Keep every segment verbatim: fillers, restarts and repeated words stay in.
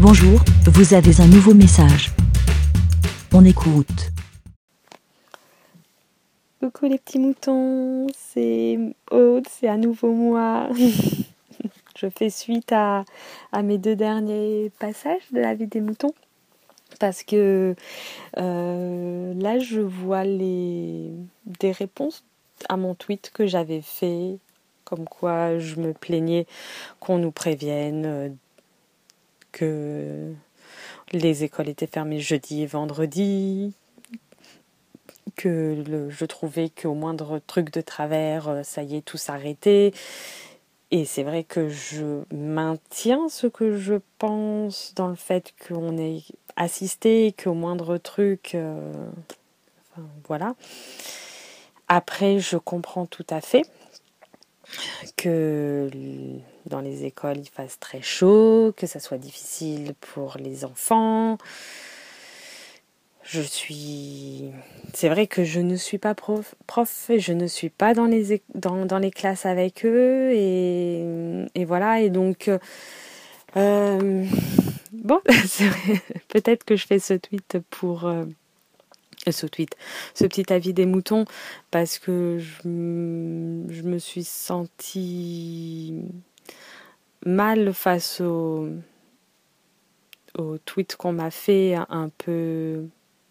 Bonjour, vous avez un nouveau message. On écoute. Coucou les petits moutons, c'est Aude, c'est à nouveau moi. Je fais suite à, à mes deux derniers passages de la vie des moutons. Parce que euh, là, je vois les, des réponses à mon tweet que j'avais fait, comme quoi je me plaignais qu'on nous prévienne euh, que les écoles étaient fermées jeudi et vendredi, que le, je trouvais qu'au moindre truc de travers, ça y est, tout s'arrêtait. Et c'est vrai que je maintiens ce que je pense dans le fait qu'on ait assisté, qu'au moindre truc, euh, enfin, voilà. Après, je comprends tout à fait que dans les écoles, il fasse très chaud, que ça soit difficile pour les enfants. Je suis... C'est vrai que je ne suis pas prof, prof je ne suis pas dans les, dans, dans les classes avec eux, et, et voilà, et donc... Euh, bon, c'est vrai, peut-être que je fais ce tweet pour... Euh, ce tweet, ce petit avis des moutons, parce que je, je me suis sentie mal face au, au tweet qu'on m'a fait, un peu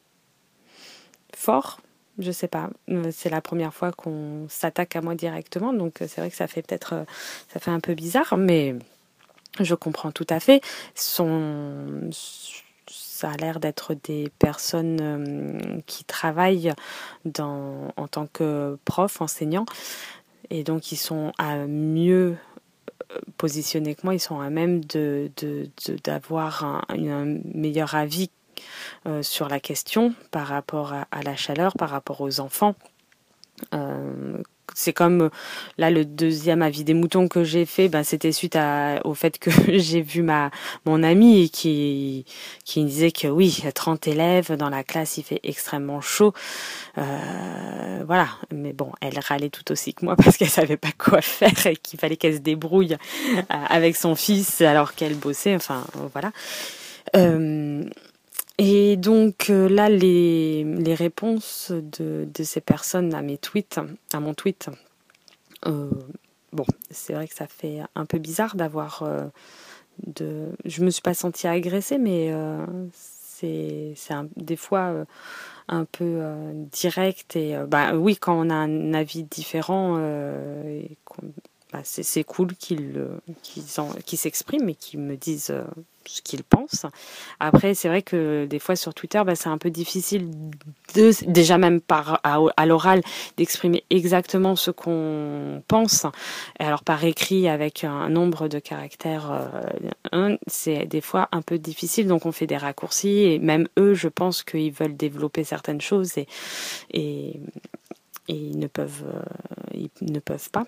fort, je sais pas, c'est la première fois qu'on s'attaque à moi directement, donc c'est vrai que ça fait peut-être, ça fait un peu bizarre, mais je comprends tout à fait. Son, ça a l'air d'être des personnes qui travaillent dans, en tant que prof, enseignant, et donc ils sont à mieux positionnés que moi, ils sont à même de, de, de, d'avoir un, un meilleur avis Euh, sur la question par rapport à, à la chaleur, par rapport aux enfants. Euh, c'est comme là le deuxième avis des moutons que j'ai fait, ben, c'était suite à, au fait que j'ai vu ma mon amie qui qui me disait que oui, il y a trente élèves dans la classe, il fait extrêmement chaud. Euh, voilà, mais bon, elle râlait tout aussi que moi parce qu'elle savait pas quoi faire et qu'il fallait qu'elle se débrouille avec son fils alors qu'elle bossait. Enfin, voilà. Euh, Et donc euh, là, les, les réponses de, de ces personnes à mes tweets, à mon tweet, euh, bon, c'est vrai que ça fait un peu bizarre d'avoir, euh, de, je me suis pas sentie agressée, mais euh, c'est, c'est un, des fois euh, un peu euh, direct et, euh, bah oui, quand on a un avis différent, euh, et qu'on, bah, c'est, c'est cool qu'ils, qu'ils, en, qu'ils s'expriment et qu'ils me disent euh, ce qu'ils pensent. Après, c'est vrai que des fois sur Twitter, bah, c'est un peu difficile, de, déjà même par, à, à l'oral, d'exprimer exactement ce qu'on pense. Et alors par écrit, avec un nombre de caractères, euh, c'est des fois un peu difficile, donc on fait des raccourcis. Et même eux, je pense qu'ils veulent développer certaines choses et, et, et ils ne peuvent, euh, ils ne peuvent pas.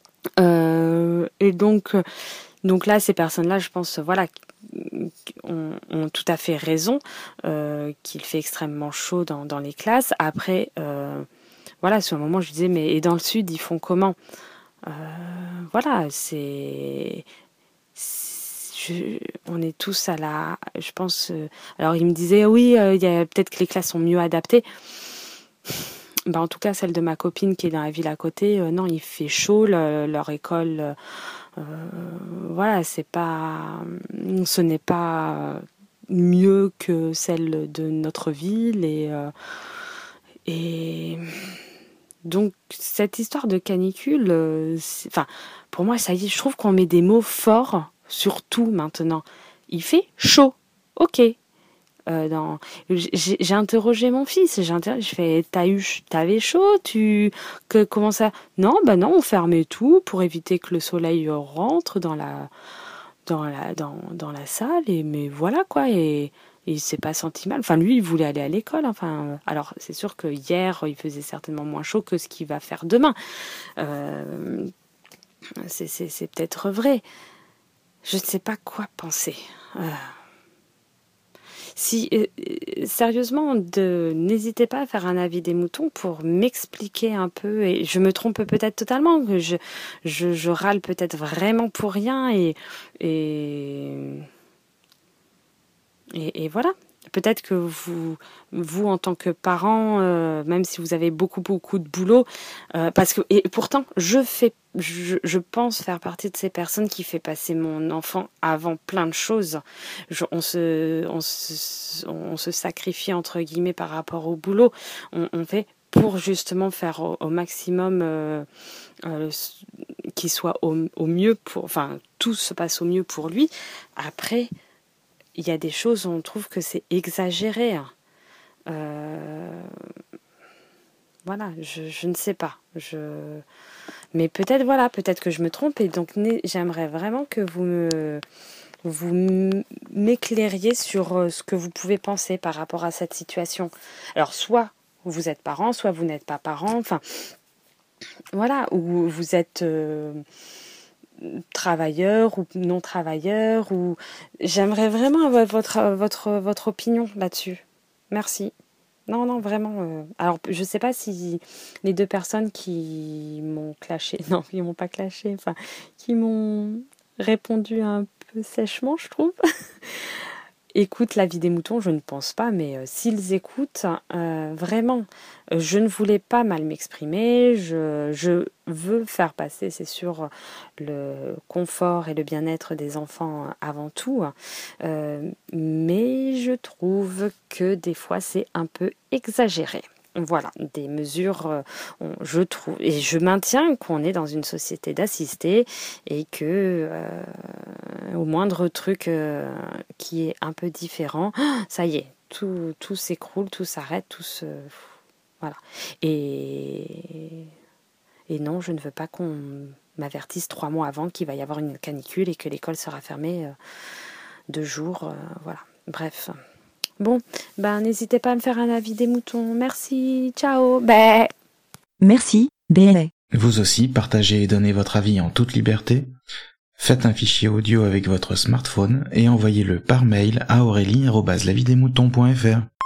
Euh, et donc, donc là, ces personnes-là, je pense, voilà, ont, ont tout à fait raison, euh, qu'il fait extrêmement chaud dans, dans les classes. Après, euh, voilà, sur un moment, je disais, mais et dans le sud, ils font comment? euh, Voilà, c'est... Je, on est tous à la... Je pense... Euh, alors, il me disait, oui, euh, y a, peut-être que les classes sont mieux adaptées. Ben, en tout cas, celle de ma copine qui est dans la ville à côté, euh, non, il fait chaud, le, leur école... Euh, Euh, voilà, c'est pas, ce n'est pas mieux que celle de notre ville et euh, et donc cette histoire de canicule, euh, enfin pour moi ça y est, je trouve qu'on met des mots forts sur tout maintenant. Il fait chaud, ok. Euh, dans... j'ai, j'ai interrogé mon fils, j'ai interrogé, je fais, t'as eu, t'avais chaud, tu, que, comment ça? Non, bah non, on fermait tout pour éviter que le soleil rentre dans la, dans la, dans, dans la salle, et, mais voilà quoi, et, et il s'est pas senti mal. Enfin, lui, il voulait aller à l'école, enfin, alors c'est sûr que hier, il faisait certainement moins chaud que ce qu'il va faire demain. Euh, c'est, c'est, c'est peut-être vrai. Je ne sais pas quoi penser. Euh, Si, euh, sérieusement, de, n'hésitez pas à faire un avis des moutons pour m'expliquer un peu, et je me trompe peut-être totalement, que je, je, je râle peut-être vraiment pour rien, et, et, et, et voilà. Peut-être que vous, vous en tant que parent, euh, même si vous avez beaucoup beaucoup de boulot, euh, parce que et pourtant je fais, je, je pense faire partie de ces personnes qui fait passer mon enfant avant plein de choses. Je, on se, on se, on se sacrifie entre guillemets par rapport au boulot. On, on fait pour justement faire au, au maximum euh, euh, qu'il soit au, au mieux pour, enfin tout se passe au mieux pour lui. Après. Il y a des choses où on trouve que c'est exagéré. Euh... Voilà, je, je ne sais pas. Je... Mais peut-être, voilà, peut-être que je me trompe. Et donc, j'aimerais vraiment que vous me, vous m'éclairiez sur ce que vous pouvez penser par rapport à cette situation. Alors, soit vous êtes parent, soit vous n'êtes pas parent. Enfin, voilà, ou vous êtes... Euh... travailleur ou non travailleur, ou j'aimerais vraiment avoir votre votre votre opinion là-dessus. Merci. Non non vraiment. Euh... Alors je sais pas si les deux personnes qui m'ont clashé, non ils m'ont pas clashé, enfin qui m'ont répondu un peu sèchement, je trouve. Écoute la vie des moutons, je ne pense pas, mais euh, s'ils écoutent, euh, vraiment, euh, je ne voulais pas mal m'exprimer, je, je veux faire passer, c'est sûr, le confort et le bien-être des enfants avant tout, euh, mais je trouve que des fois c'est un peu exagéré. Voilà, des mesures, euh, on, je trouve, et je maintiens qu'on est dans une société d'assistés et que euh, au moindre truc euh, qui est un peu différent, ça y est, tout, tout s'écroule, tout s'arrête, tout se... Voilà. Et, et non, je ne veux pas qu'on m'avertisse trois mois avant qu'il va y avoir une canicule et que l'école sera fermée euh, deux jours. Euh, voilà, bref... Bon, ben n'hésitez pas à me faire un avis des moutons. Merci, ciao, bé. Merci, bé. Vous aussi, partagez et donnez votre avis en toute liberté. Faites un fichier audio avec votre smartphone et envoyez-le par mail à aurélie arobase lavidesmoutons point fr.